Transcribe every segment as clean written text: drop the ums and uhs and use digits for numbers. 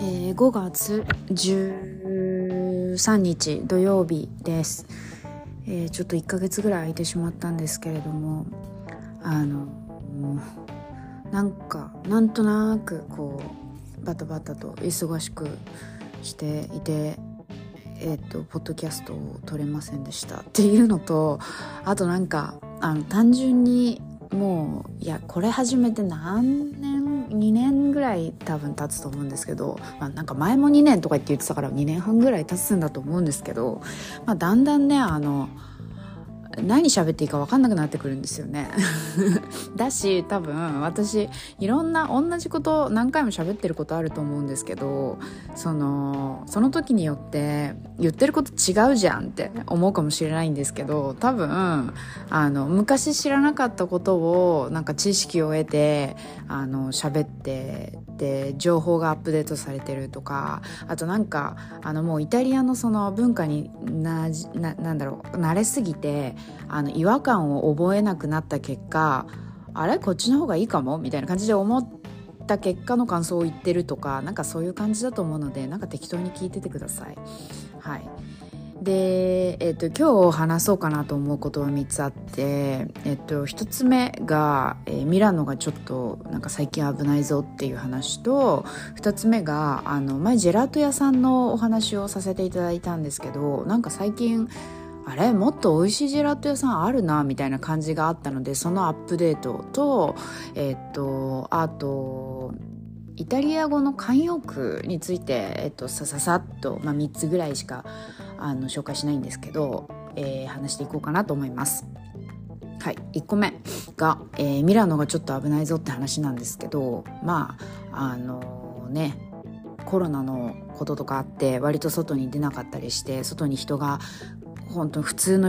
5月13日土曜日です。ちょっと1ヶ月ぐらい空いてしまったんですけれども、なんとなくこうバタバタと忙しくしていて、ポッドキャストを撮れませんでしたっていうのと、あと単純にもうこれ始めて2年ぐらい多分経つと思うんですけど、前も2年とか言ってたから2年半ぐらい経つんだと思うんですけど、だんだんね何喋っていいか分かんなくなってくるんですよねだし多分私いろんな同じこと何回も喋ってることあると思うんですけど、その時によって言ってること違うじゃんって思うかもしれないんですけど、多分昔知らなかったことを知識を得て喋ってで情報がアップデートされてるとか、あともうイタリアのその文化に慣れすぎて違和感を覚えなくなった結果、あれこっちの方がいいかもみたいな感じで思った結果の感想を言ってるとか、そういう感じだと思うので適当に聞いててください。はい。で、今日話そうかなと思うことは3つあって、1つ目が、ミラノがちょっと最近危ないぞっていう話と、2つ目が前ジェラート屋さんのお話をさせていただいたんですけど、最近もっと美味しいジェラート屋さんあるなみたいな感じがあったので、そのアップデートとあとイタリア語の慣用句について、さっと、3つぐらいしか紹介しないんですけど、話していこうかなと思います。はい、1個目が、ミラノがちょっと危ないぞって話なんですけど、コロナのこととかあって割と外に出なかったりして、外に人が本当普通の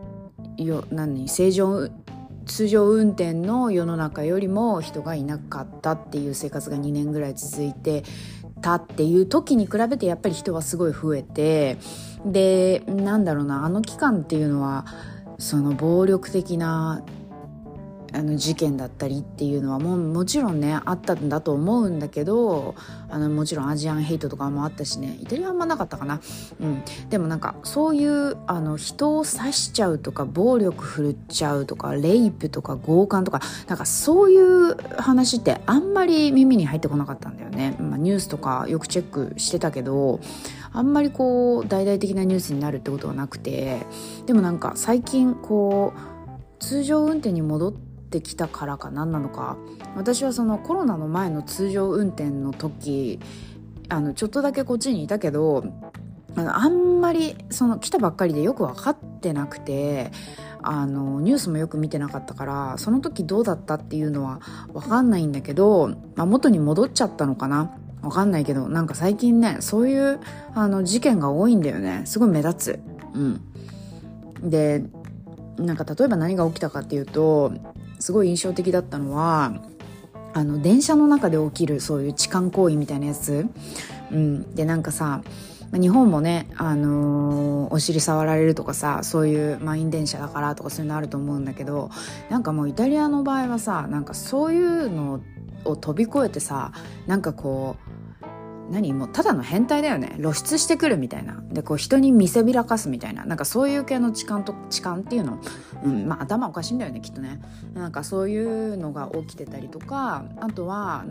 通常運転の世の中よりも人がいなかったっていう生活が2年ぐらい続いてたっていう時に比べてやっぱり人はすごい増えて、で期間っていうのはその暴力的な事件だったりっていうのはもちろんねあったんだと思うんだけど、もちろんアジアンヘイトとかもあったしね、イタリアはあんまなかったかな。でもそういう人を刺しちゃうとか暴力振るっちゃうとかレイプとか強姦とかそういう話ってあんまり耳に入ってこなかったんだよね。ニュースとかよくチェックしてたけど、あんまりこう大々的なニュースになるってことはなくて、でも最近こう通常運転に戻ってきたからか何なのか、私はそのコロナの前の通常運転の時ちょっとだけこっちにいたけど、あんまり来たばっかりでよく分かってなくて、ニュースもよく見てなかったから、その時どうだったっていうのは分かんないんだけど、元に戻っちゃったのかな、分かんないけど最近ねそういう事件が多いんだよね。すごい目立つ。で例えば何が起きたかっていうと、すごい印象的だったのは電車の中で起きるそういう痴漢行為みたいなやつ。で日本もね、お尻触られるとかさ、そういう満員電車だからとかそういうのあると思うんだけど、もうイタリアの場合はさそういうのを飛び越えてさもうただの変態だよね。露出してくるみたいな。でこう人に見せびらかすみたいな。そういう系の痴漢っていうの、頭おかしいんだよねきっとね。そういうのが起きてたりとか、あとは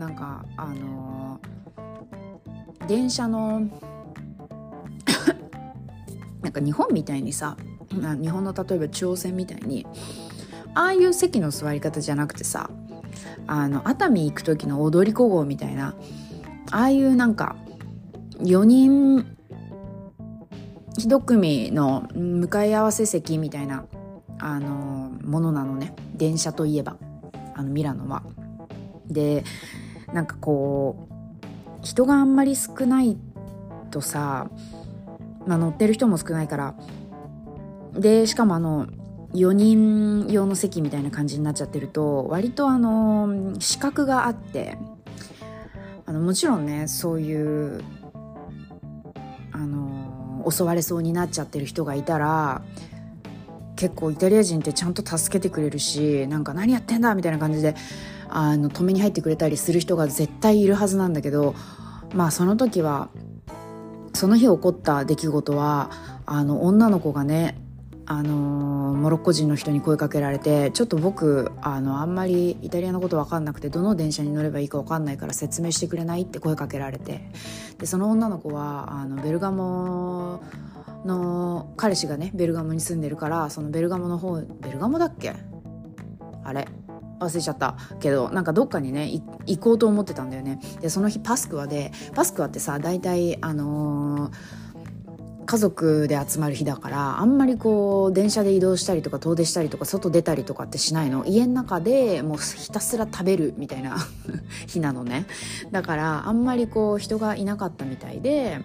電車の日本みたいにさ、日本の例えば中央線みたいにああいう席の座り方じゃなくてさ、熱海行く時の踊り子号みたいな、ああいう4人一組の向かい合わせ席みたいなものなのね、電車といえばミラノは。でこう人があんまり少ないとさ、乗ってる人も少ないからで、しかも4人用の席みたいな感じになっちゃってると、割と死角があって、もちろんねそういう襲われそうになっちゃってる人がいたら、結構イタリア人ってちゃんと助けてくれるし、何やってんだみたいな感じで止めに入ってくれたりする人が絶対いるはずなんだけど、 まあその時はその日起こった出来事は女の子がねモロッコ人の人に声かけられて、ちょっと僕あんまりイタリアのこと分かんなくてどの電車に乗ればいいか分かんないから説明してくれないって声かけられて、でその女の子はベルガモの彼氏がねベルガモに住んでるから、そのベルガモの方、ベルガモだっけあれ忘れちゃったけど、なんかどっかにね行こうと思ってたんだよね。でその日パスクワってさ、大体家族で集まる日だから、あんまりこう電車で移動したりとか遠出したりとか外出たりとかってしないの。家の中でもうひたすら食べるみたいな日なのね。だからあんまりこう人がいなかったみたいで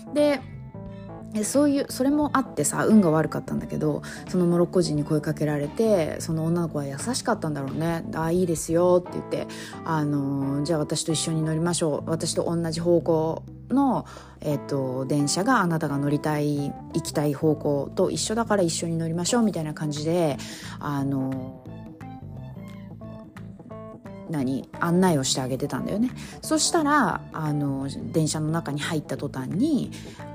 それもあってさ、運が悪かったんだけど、そのモロッコ人に声かけられて、その女の子は優しかったんだろうね。いいですよって言って、じゃあ私と一緒に乗りましょう、私と同じ方向の、電車があなたが行きたい方向と一緒だから一緒に乗りましょうみたいな感じで案内をしてあげてたんだよね。そしたら電車の中に入った途端に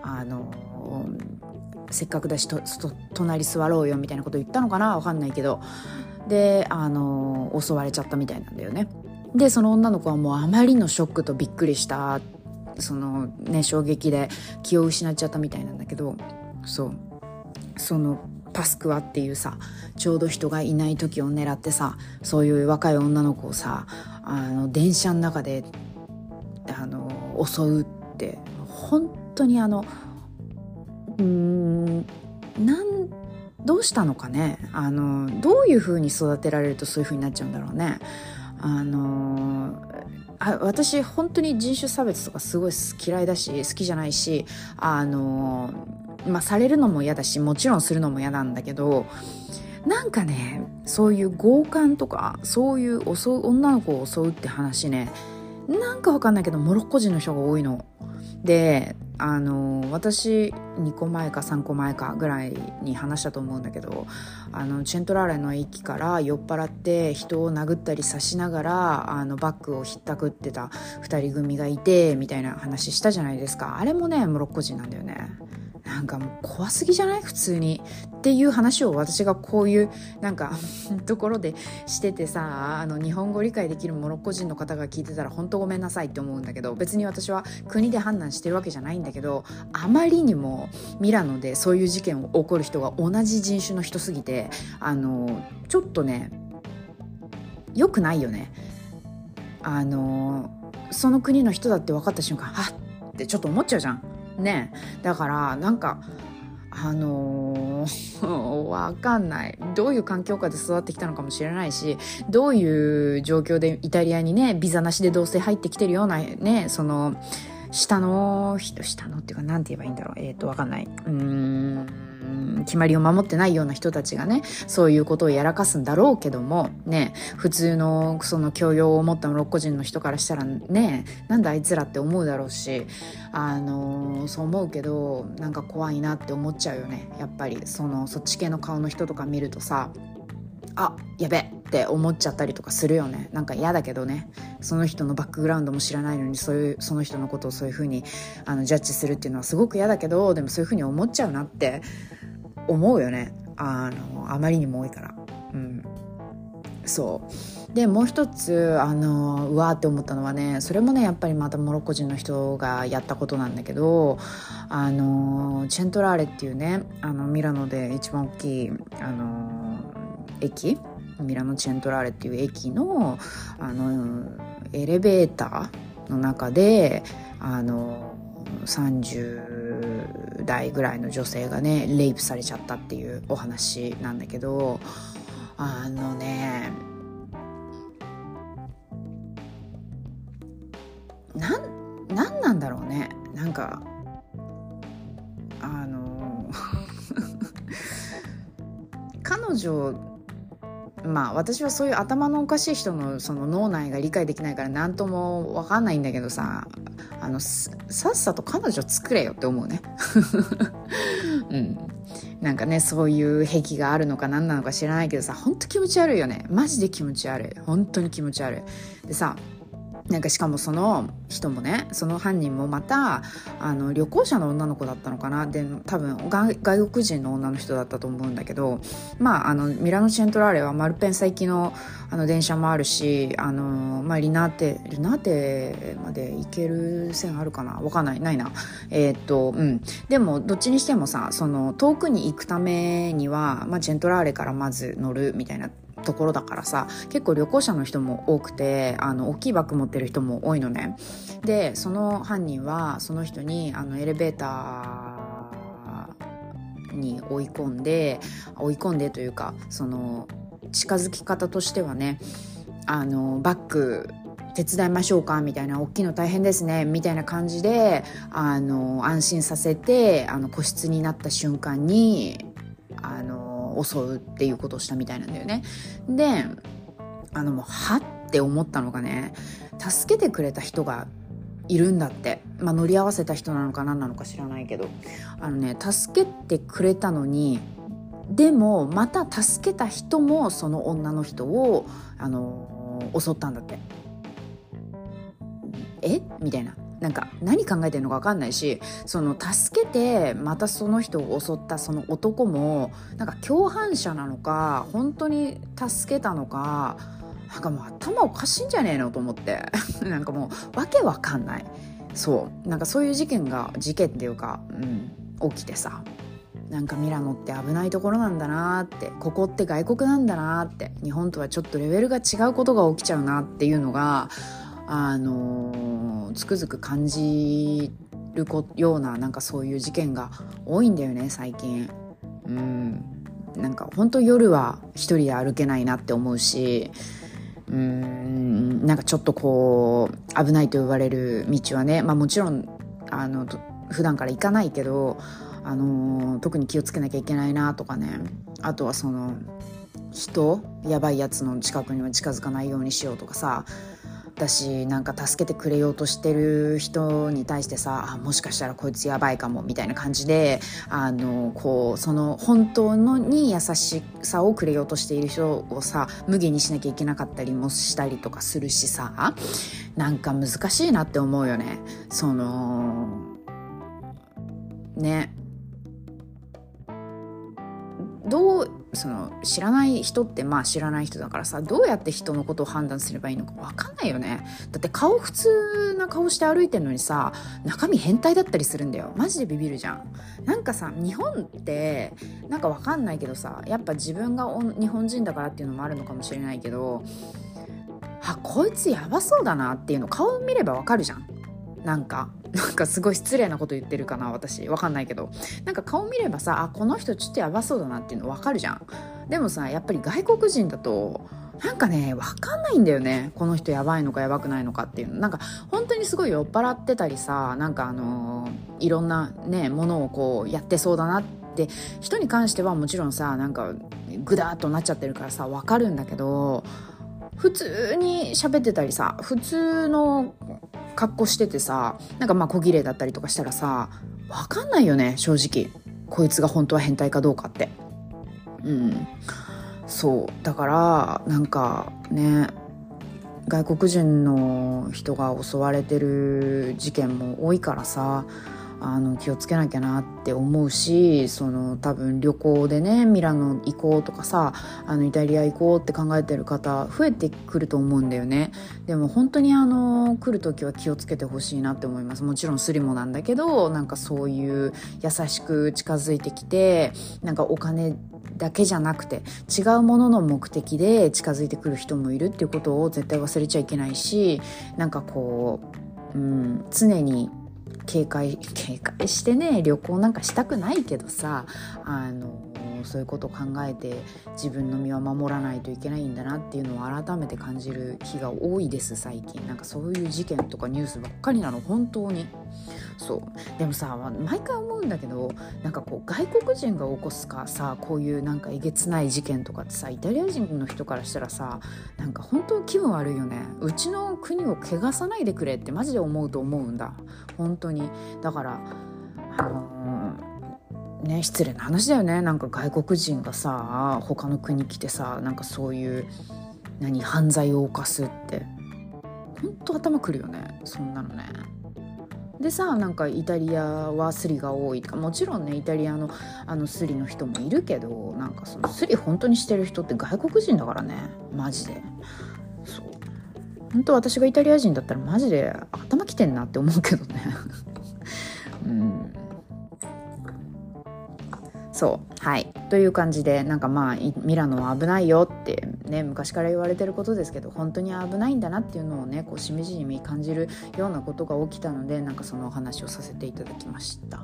せっかくだし隣座ろうよみたいなこと言ったのかな、わかんないけど、で襲われちゃったみたいなんだよね。でその女の子はもうあまりのショックとびっくりした衝撃で気を失っちゃったみたいなんだけど、そのパスクワっていうさ、ちょうど人がいない時を狙ってさ、そういう若い女の子をさ電車の中で襲うって、本当にどうしたのかね。どういう風に育てられるとそういう風になっちゃうんだろうね。私本当に人種差別とかすごい嫌いだし好きじゃないし、されるのも嫌だし、もちろんするのも嫌なんだけど、なんかね、そういう強姦とかそういう女の子を襲うって話ね、なんかわかんないけどモロッコ人の人が多いので、私2個前か3個前かぐらいに話したと思うんだけど、チェントラーレの駅から酔っ払って人を殴ったり刺しながらバッグをひったくってた2人組がいてみたいな話したじゃないですか。あれもねモロッコ人なんだよね。なんかもう怖すぎじゃない？普通にっていう話を私がこういうなんかところでしててさ、日本語理解できるモロッコ人の方が聞いてたら本当ごめんなさいって思うんだけど、別に私は国で判断してるわけじゃないんだけど、あまりにもミラノでそういう事件を起こる人が同じ人種の人すぎてちょっとね良くないよね。その国の人だって分かった瞬間はっってちょっと思っちゃうじゃんね。だからなんかわかんない、どういう環境下で育ってきたのかもしれないし、どういう状況でイタリアにねビザなしで同棲入ってきてるようなね、その下のっていうかなんて言えばいいんだろう、わかんない、決まりを守ってないような人たちがねそういうことをやらかすんだろうけどもね、普通のその教養を持ったモロッコ人の人からしたらね、なんだあいつらって思うだろうし、そう思うけどなんか怖いなって思っちゃうよね。やっぱりそっち系の顔の人とか見るとさ、やべって思っちゃったりとかするよね。なんか嫌だけどね、その人のバックグラウンドも知らないのにその人のことをそういう風にジャッジするっていうのはすごく嫌だけど、でもそういう風に思っちゃうなって思うよね。あまりにも多いから。そうでもう一つうわーって思ったのはね、それもねやっぱりまたモロッコ人の人がやったことなんだけど、チェントラーレっていうねミラノで一番大きい駅、ミラノチェントラーレっていう駅のエレベーターの中で30代ぐらいの女性がねレイプされちゃったっていうお話なんだけど、なんなんだろうね、なんか彼女私はそういう頭のおかしい人のその脳内が理解できないから何とも分かんないんだけどさ、さっさと彼女作れよって思うねなんかねそういう癖があるのか何なのか知らないけどさ、ほんと気持ち悪いよね。マジで気持ち悪い、本当に気持ち悪い。でさなんかしかもその人もね、その犯人もまた旅行者の女の子だったのかな。で多分外国人の女の人だったと思うんだけど、ミラノセントラーレはマルペンサ行きの電車もあるし、リナーテまで行ける線あるかな、わかんないな。でもどっちにしてもさ、その遠くに行くためには、セントラーレからまず乗るみたいなところだからさ、結構旅行者の人も多くて、大きいバッグ持ってる人も多いのね。でその犯人はその人にエレベーターに追い込んでというか、その近づき方としてはね、バッグ手伝いましょうかみたいな、大きいの大変ですねみたいな感じで安心させて個室になった瞬間に襲うっていうことをしたみたいなんだよね。でもうはって思ったのがね、助けてくれた人がいるんだって。乗り合わせた人なのか何なのか知らないけど、助けてくれたのに、でもまた助けた人もその女の人を襲ったんだって。みたいな、なんか何考えてるのか分かんないし、その助けてまたその人を襲ったその男もなんか共犯者なのか、本当に助けたのか、なんかもう頭おかしいんじゃねえのと思ってなんかもうわけわかんない。そうなんかそういう事件っていうか、起きてさ、なんかミラノって危ないところなんだなって、ここって外国なんだなって、日本とはちょっとレベルが違うことが起きちゃうなっていうのがつくづく感じるような、なんかそういう事件が多いんだよね最近。なんか本当夜は一人で歩けないなって思うし、なんかちょっとこう危ないと言われる道はね、もちろん普段から行かないけど、特に気をつけなきゃいけないなとかね。あとはそのやばいやつの近くには近づかないようにしようとかさ、だし、なんか助けてくれようとしてる人に対してさ、もしかしたらこいつやばいかもみたいな感じでその本当のに優しさをくれようとしている人をさ、無限にしなきゃいけなかったりもしたりとかするしさ、なんか難しいなって思うよね。そのね、その知らない人って知らない人だからさ、どうやって人のことを判断すればいいのか分かんないよね。だって普通な顔して歩いてるのにさ、中身変態だったりするんだよ。マジでビビるじゃん。なんかさ、日本ってなんか分かんないけどさ、やっぱ自分が日本人だからっていうのもあるのかもしれないけど、こいつやばそうだなっていうの顔見れば分かるじゃん。なんかすごい失礼なこと言ってるかな、私わかんないけど、なんか顔見ればさ、この人ちょっとやばそうだなっていうの分かるじゃん。でもさ、やっぱり外国人だとなんかね、分かんないんだよね、この人やばいのかやばくないのかっていうの。なんか本当にすごい酔っ払ってたりさ、なんかいろんなねものをこうやってそうだなって人に関してはもちろんさ、なんかグダーっとなっちゃってるからさ分かるんだけど、普通に喋ってたりさ、普通の格好しててさ、なんか小綺麗だったりとかしたらさ、分かんないよね正直、こいつが本当は変態かどうかって。そうだからなんかね、外国人の人が襲われてる事件も多いからさ、気をつけなきゃなって思うし、その多分旅行でね、ミラノ行こうとかさ、イタリア行こうって考えてる方増えてくると思うんだよね。でも本当に来る時は気をつけてほしいなって思います。もちろんスリもなんだけど、なんかそういう優しく近づいてきて、なんかお金だけじゃなくて違うものの目的で近づいてくる人もいるっていうことを絶対忘れちゃいけないし、なんかこう、常に警戒してね、旅行なんかしたくないけどさ、そういうことを考えて自分の身は守らないといけないんだなっていうのを改めて感じる日が多いです最近。なんかそういう事件とかニュースばっかりなの本当に。そうでもさ、毎回思うんだけど、なんかこう外国人が起こすかさ、こういうなんかえげつない事件とかってさ、イタリア人の人からしたらさ、なんか本当気分悪いよね。うちの国を汚さないでくれってマジで思うと思うんだ本当に。だからね、失礼な話だよね。なんか外国人がさ他の国来てさ、なんかそういう犯罪を犯すって、 ほんと頭くるよね、そんなのね。でさ、なんかイタリアはスリが多いとか、もちろんねイタリアのスリの人もいるけど、なんかそのスリ本当にしてる人って外国人だからね、マジで。そう、本当私がイタリア人だったらマジで頭きてんなって思うけどねそうはいという感じで、なんかまあミラノは危ないよってね、昔から言われてることですけど、本当に危ないんだなっていうのをね、こうしみじみ感じるようなことが起きたので、なんかそのお話をさせていただきました。はい。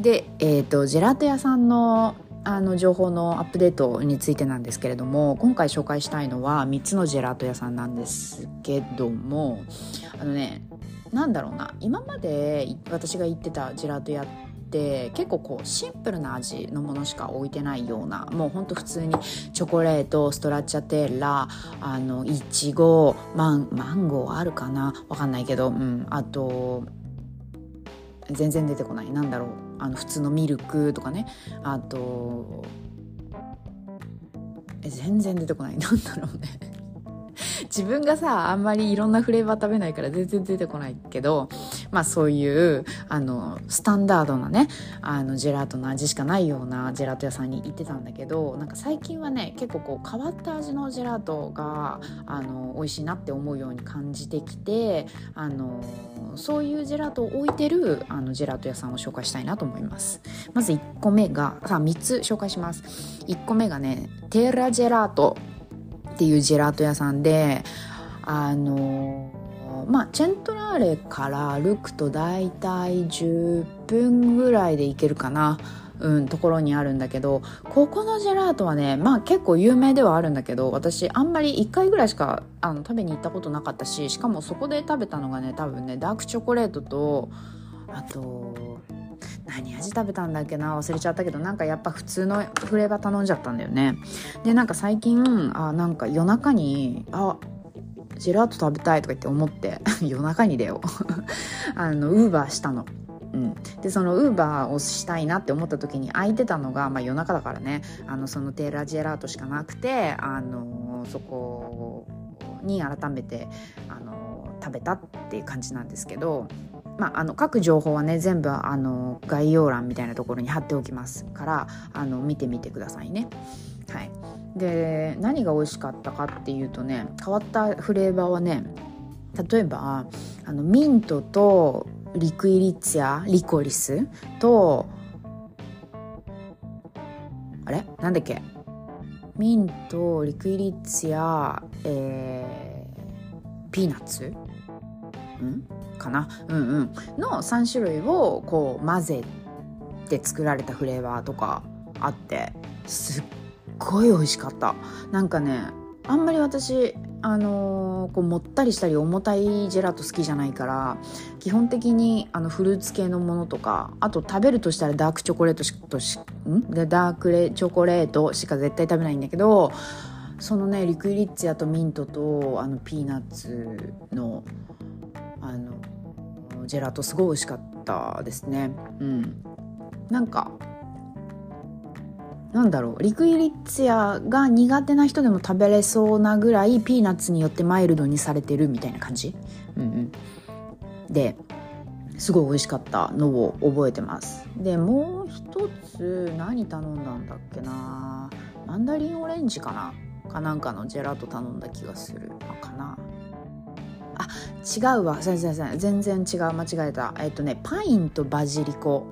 で、ジェラート屋さんの情報のアップデートについてなんですけれども、今回紹介したいのは3つのジェラート屋さんなんですけども、なんだろうな、今まで私が行ってたジェラート屋って結構こうシンプルな味のものしか置いてないような、もうほんと普通にチョコレート、ストラッチャテッラ、イチゴ、マンゴーあるかな、わかんないけど、あと全然出てこない、なんだろう、普通のミルクとかね、あと全然出てこない、なんだろうね自分がさあんまりいろんなフレーバー食べないから全然出てこないけど、まあそういうスタンダードなねジェラートの味しかないようなジェラート屋さんに行ってたんだけど、なんか最近はね結構こう変わった味のジェラートが美味しいなって思うように感じてきて、そういうジェラートを置いてるジェラート屋さんを紹介したいなと思います。まず1個目が3つ紹介します。1個目がねテラジェラートっていうジェラート屋さんで、チェントラーレから歩くとだいたい10分ぐらいで行けるかな、ところにあるんだけど、ここのジェラートはね、結構有名ではあるんだけど、私あんまり1回ぐらいしか食べに行ったことなかったし、しかもそこで食べたのがね、多分ねダークチョコレートと、あと何味食べたんだっけな、忘れちゃったけど、なんかやっぱ普通のフレーバー頼んじゃったんだよね。でなんか最近なんか夜中にジェラート食べたいとか言って思って夜中にだよウーバーしたの。でそのウーバーをしたいなって思った時に空いてたのが、夜中だからね、そのテラジェラートしかなくて、そこに改めて食べたっていう感じなんですけど、各情報はね全部概要欄みたいなところに貼っておきますから見てみてくださいね。はい。で何が美味しかったかっていうとね、変わったフレーバーはね、例えばミントとリクイリッツィアリコリスとなんだっけ、ミントリクイリッツィア、ピーナッツかな、の3種類をこう混ぜて作られたフレーバーとかあって、すっごい美味しかった。なんかね、あんまり私こうもったりしたり重たいジェラート好きじゃないから、基本的にフルーツ系のものとか、あと食べるとしたらダークチョコレートダークチョコレートしか絶対食べないんだけど、そのねリクイリッツィアとミントとピーナッツのジェラートすごい美味しかったですね。なんかなんだろう、リクイリッツィアが苦手な人でも食べれそうなぐらいピーナッツによってマイルドにされてるみたいな感じ、ですごい美味しかったのを覚えてます。でもう一つ何頼んだんだっけな、マンダリンオレンジかなんかのジェラート頼んだ気がするかな。違うわ、全然違う、間違えた。パインとバジリコ、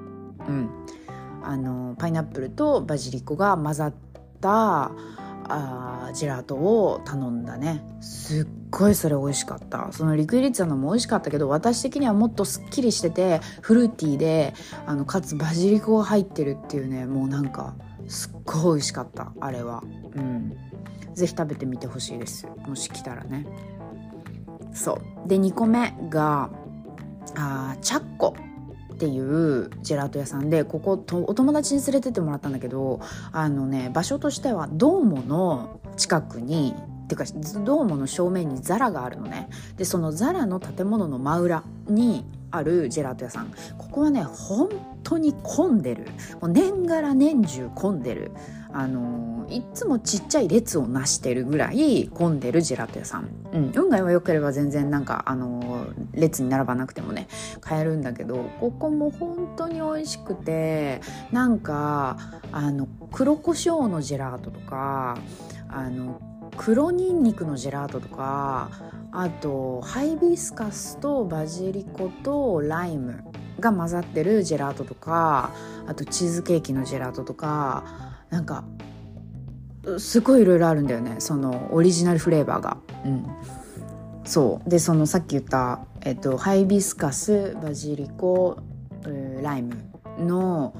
パイナップルとバジリコが混ざったジェラートを頼んだね。すっごいそれ美味しかった。そのリクイリッツァのも美味しかったけど、私的にはもっとすっきりしててフルーティーでかつバジリコが入ってるっていうね、もうなんかすっごい美味しかったあれは。ぜひ食べてみてほしいです、もし来たらね。そうで2個目がチャッコっていうジェラート屋さんで、こことお友達に連れてってもらったんだけど、場所としてはドーモの近くにっていうかドーモの正面にザラがあるのね。でそのザラの建物の真裏にあるジェラート屋さん。ここはね本当に混んでる、もう年がら年中混んでる、いつもちっちゃい列をなしてるぐらい混んでるジェラート屋さん、運が良ければ全然なんか列に並ばなくてもね買えるんだけど、ここも本当に美味しくて、なんか黒胡椒のジェラートとか黒ニンニクのジェラートとか、あとハイビスカスとバジリコとライムが混ざってるジェラートとか、あとチーズケーキのジェラートとか、なんかすごいいろいろあるんだよね、そのオリジナルフレーバーが。そうで、そのさっき言った、ハイビスカス、バジリコ、ライムの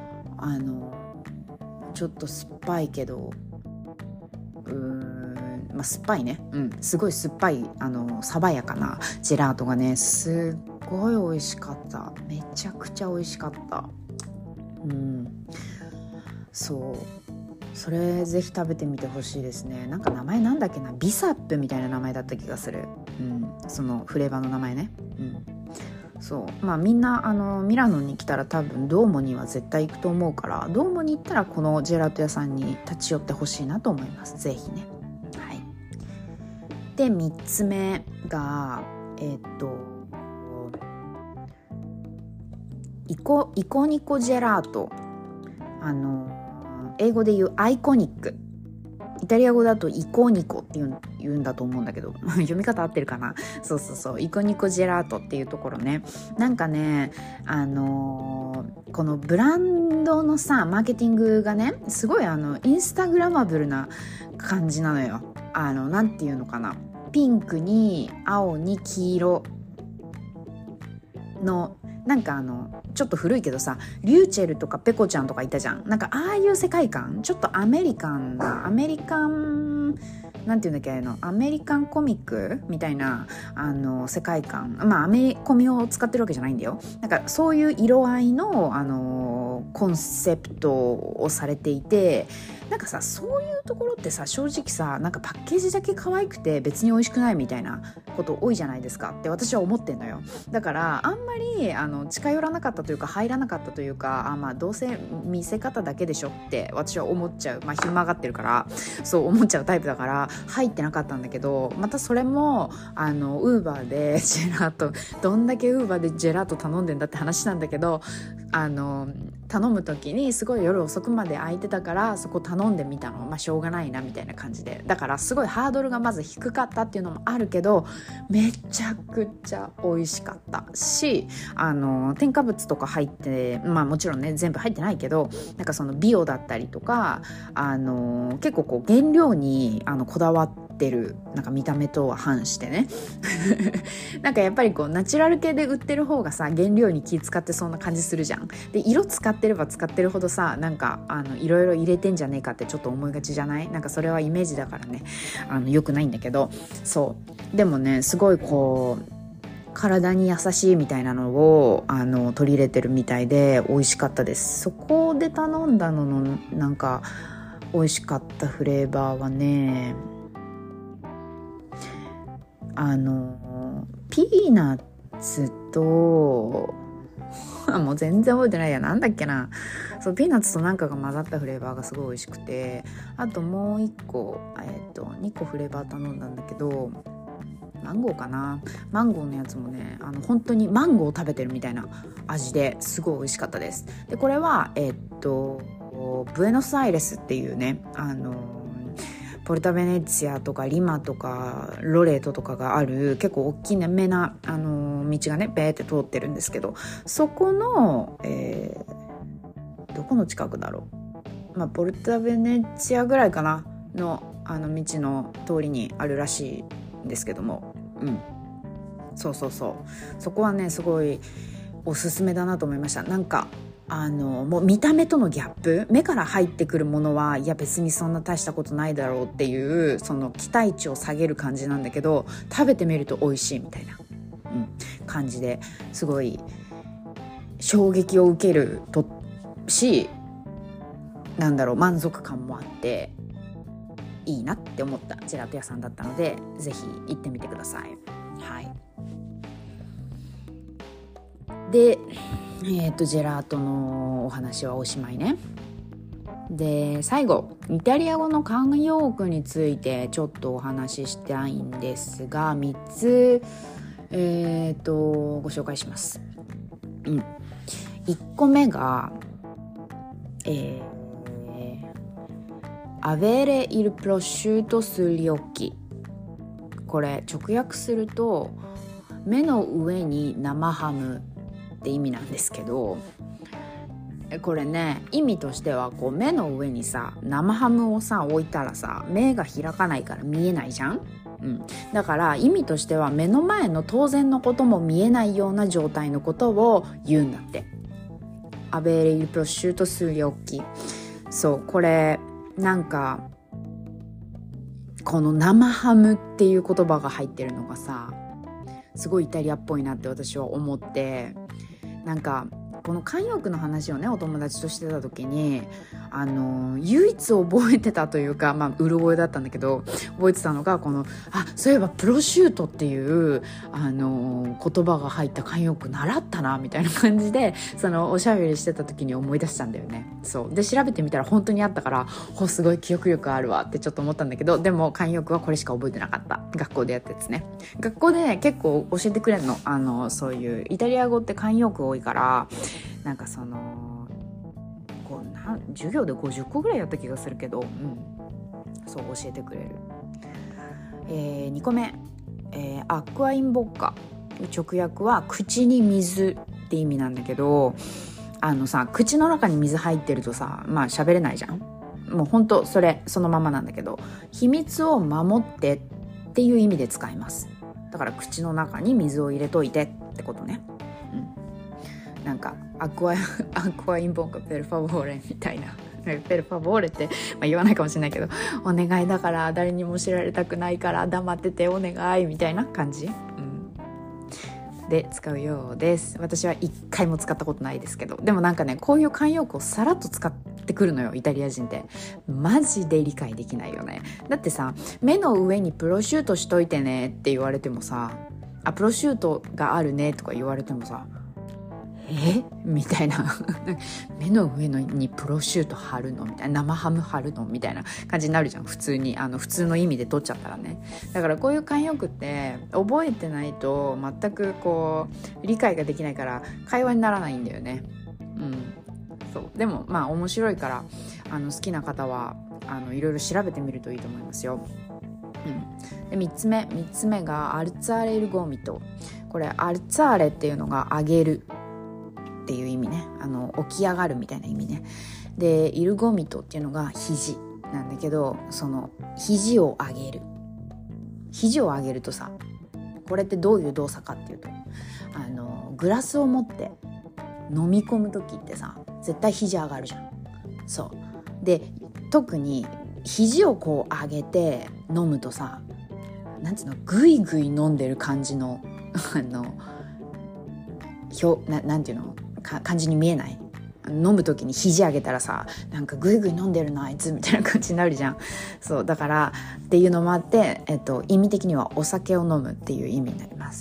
ちょっと酸っぱいけど酸っぱいね、すごい酸っぱい爽やかなジェラートがねすっごい美味しかった。めちゃくちゃ美味しかった。それぜひ食べてみてほしいですね。なんか名前なんだっけな、ビサップみたいな名前だった気がする、そのフレーバーの名前ね。みんなミラノに来たら多分ドーモには絶対行くと思うから、ドーモに行ったらこのジェラート屋さんに立ち寄ってほしいなと思います。ぜひね。はい。で3つ目がイコニコジェラート、英語で言うアイコニック、イタリア語だとイコニコって言うんだと思うんだけど読み方合ってるかな。イコニコジェラートっていうところね。なんかねこのブランドのさマーケティングがねすごいインスタグラマブルな感じなのよ。なんていうのかな、ピンクに青に黄色のなんかちょって古いけどさ、リューチェルとかペコちゃんとかいたじゃん。なんかああいう世界観、ちょっとアメリカンなんていうんだっけ、アメリカンコミックみたいな世界観、アメコミを使ってるわけじゃないんだよ。なんかそういう色合いのコンセプトをされていて、なんかさそういうところってさ正直さなんかパッケージだけ可愛くて別に美味しくないみたいなこと多いじゃないですかって私は思ってんのよ。だからあんまり近寄らなかったというか入らなかったというか、どうせ見せ方だけでしょって私は思っちゃう。ひん曲がってるからそう思っちゃうタイプだから入ってなかったんだけど、またそれもウーバーでジェラート、どんだけウーバーでジェラート頼んでんだって話なんだけど、頼む時にすごい夜遅くまで空いてたからそこ頼んでみたの。しょうがないなみたいな感じで、だからすごいハードルがまず低かったっていうのもあるけど、めちゃくちゃ美味しかったし、添加物とか入ってもちろんね全部入ってないけど、なんかそのビオだったりとか結構こう原料にこだわってる、なんか見た目とは反してねなんかやっぱりこうナチュラル系で売ってる方がさ原料に気使ってそんな感じするじゃん。で色使ってれば使ってるほどさなんかいろいろ入れてんじゃねえかってちょっと思いがちじゃない？なんかそれはイメージだからね良くないんだけど、そうでもねすごいこう体に優しいみたいなのを取り入れてるみたいで美味しかったです。そこで頼んだののなんか美味しかったフレーバーはねピーナッツともう全然覚えてないや、なんだっけな、そうピーナッツとなんかが混ざったフレーバーがすごい美味しくて、あともう1個2個フレーバー頼んだんだけど、マンゴーかな、マンゴーのやつもね本当にマンゴーを食べてるみたいな味ですごい美味しかったです。でこれはブエノスアイレスっていうねポルタベネツィアとかリマとかロレートとかがある結構大きなめな道がねベーって通ってるんですけど、そこの、どこの近くだろう、ポルタベネツィアぐらいかなの道の通りにあるらしいんですけども、そこはねすごいおすすめだなと思いました。なんかもう見た目とのギャップ、目から入ってくるものはいや別にそんな大したことないだろうっていうその期待値を下げる感じなんだけど、食べてみると美味しいみたいな、感じですごい衝撃を受けるし、満足感もあっていいなって思ったジェラート屋さんだったのでぜひ行ってみてください。はい。 で、ジェラートのお話はおしまいね。で、最後イタリア語の慣用句についてちょっとお話ししたいんですが、3つ、ご紹介します。1個目が、avere il prosciutto sugli occhi。 これ直訳すると目の上に生ハムって意味なんですけど、これね、意味としてはこう目の上にさ生ハムをさ置いたらさ目が開かないから見えないじゃん。だから意味としては目の前の当然のことも見えないような状態のことを言うんだって。avere il prosciutto sugli occhi。 そう、これなんかこの生ハムっていう言葉が入ってるのがさすごいイタリアっぽいなって私は思って、なんかこの慣用句の話をねお友達としてた時に唯一覚えてたというか、うる覚えだったんだけど覚えてたのがこのそういえばプロシュートっていう言葉が入った慣用句習ったなみたいな感じでそのおしゃべりしてた時に思い出したんだよね。そうで調べてみたら本当にあったからすごい記憶力あるわってちょっと思ったんだけど、でも慣用句はこれしか覚えてなかった。学校でやったやつね。学校で結構教えてくれるの。そういうイタリア語って慣用句多いからなんかその授業で50個ぐらいやった気がするけど、そう教えてくれる。2個目、アックアインボッカ。直訳は口に水って意味なんだけど、口の中に水入ってるとさ喋れないじゃん。もうほんとそのままなんだけど、秘密を守ってっていう意味で使います。だから口の中に水を入れといてってことね。なんかアクアインボンカペルファボーレみたいなペルファボーレって、言わないかもしれないけどお願いだから誰にも知られたくないから黙っててお願いみたいな感じ、で使うようです。私は一回も使ったことないですけど、でもなんかねこういう慣用句をさらっと使ってくるのよイタリア人って。マジで理解できないよね。だってさ目の上にプロシュートしといてねって言われてもさプロシュートがあるねとか言われてもさみたいな目の上にプロシュート貼るのみたいな、生ハム貼るのみたいな感じになるじゃん。普通に普通の意味で取っちゃったらね。だからこういう慣用句って覚えてないと全くこう理解ができないから会話にならないんだよね。そうでも面白いから好きな方はいろいろ調べてみるといいと思いますよ。で3つ目がアルツァーレイルゴミト。これアルツァーレっていうのが上げるっていう意味ね。起き上がるみたいな意味ね。でイルゴミトっていうのが肘なんだけど、その肘を上げる。肘を上げるとさ、これってどういう動作かっていうとグラスを持って飲み込む時ってさ絶対肘上がるじゃん。そうで特に肘をこう上げて飲むとさなんつうのグイグイ飲んでる感じのなんていうの感じに見えない？飲む時に肘上げたらさなんかグイグイ飲んでるなあいつみたいな感じになるじゃん。そうだからっていうのもあって、意味的にはお酒を飲むっていう意味になります。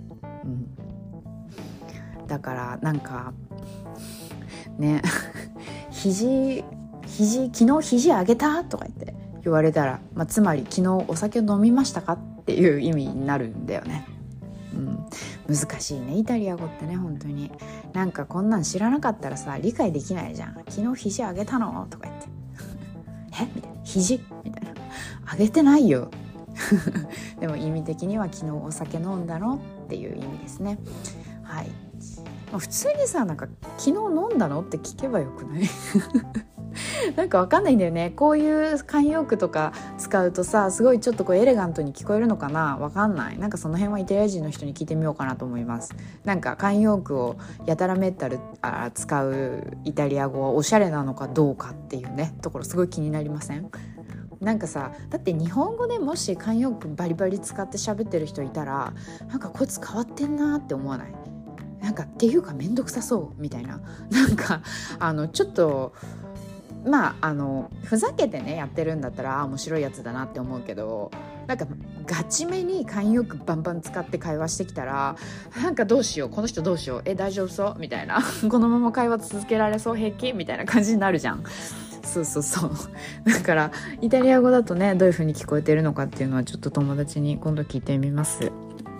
だからなんかね昨日肘上げたとか言われたら、つまり昨日お酒を飲みましたかっていう意味になるんだよね。難しいねイタリア語ってね。本当になんかこんなん知らなかったらさ理解できないじゃん。昨日肘上げたのとか言ってみたいな、肘みたいな、上げてないよでも意味的には昨日お酒飲んだのっていう意味ですね。はい、普通にさなんか昨日飲んだのって聞けばよくないなんかわかんないんだよね。こういう慣用句とか使うとさすごいちょっとこうエレガントに聞こえるのかな、わかんない。なんかその辺はイタリア人の人に聞いてみようかなと思います。なんか慣用句をやたらめったら使うイタリア語はおしゃれなのかどうかっていうねところすごい気になりません？なんかさだって日本語でもし慣用句バリバリ使って喋ってる人いたらなんかこいつ変わってんなって思わない？なんかっていうかめんどくさそうみたいな、なんかちょっとふざけてねやってるんだったら面白いやつだなって思うけど、なんかガチめに慣用句バンバン使って会話してきたら、なんかどうしよう、この人どうしよう、大丈夫そうみたいなこのまま会話続けられそう、平気みたいな感じになるじゃん。そうだからイタリア語だとね、どういう風に聞こえてるのかっていうのはちょっと友達に今度聞いてみます。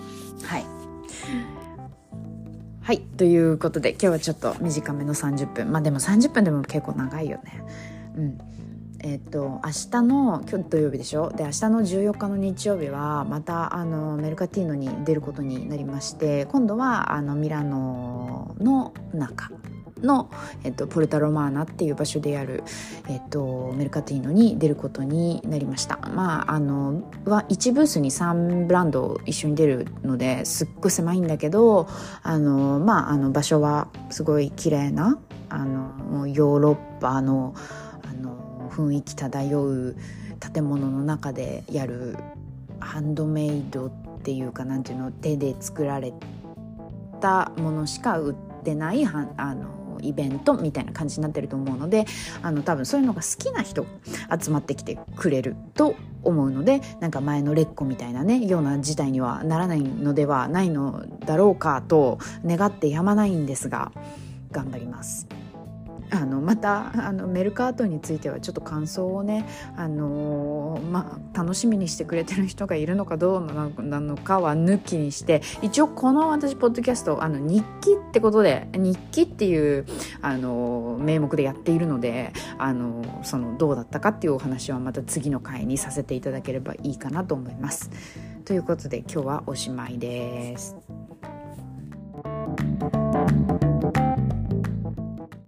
はい、ということで今日はちょっと短めの30分。でも30分でも結構長いよね。明日の今日土曜日でしょ。で明日の14日の日曜日はまたメルカティーノに出ることになりまして、今度はミラノの中の、ポルタロマーナっていう場所でやる、メルカティーノに出ることになりました。1ブースに3ブランド一緒に出るのですっごい狭いんだけど、場所はすごい綺麗なヨーロッパの雰囲気漂う建物の中でやるハンドメイドっていうか、なんていうの、手で作られたものしか売ってないイベントみたいな感じになってると思うので、多分そういうのが好きな人集まってきてくれると思うので、なんか前のレッコみたいなねような事態にはならないのではないのだろうかと願ってやまないんですが、頑張ります。またメルカートについてはちょっと感想をね、楽しみにしてくれてる人がいるのかどうなのかは抜きにして、一応この私ポッドキャスト日記ってことで、日記っていう名目でやっているので、どうだったかっていうお話はまた次の回にさせていただければいいかなと思います。ということで今日はおしまいです。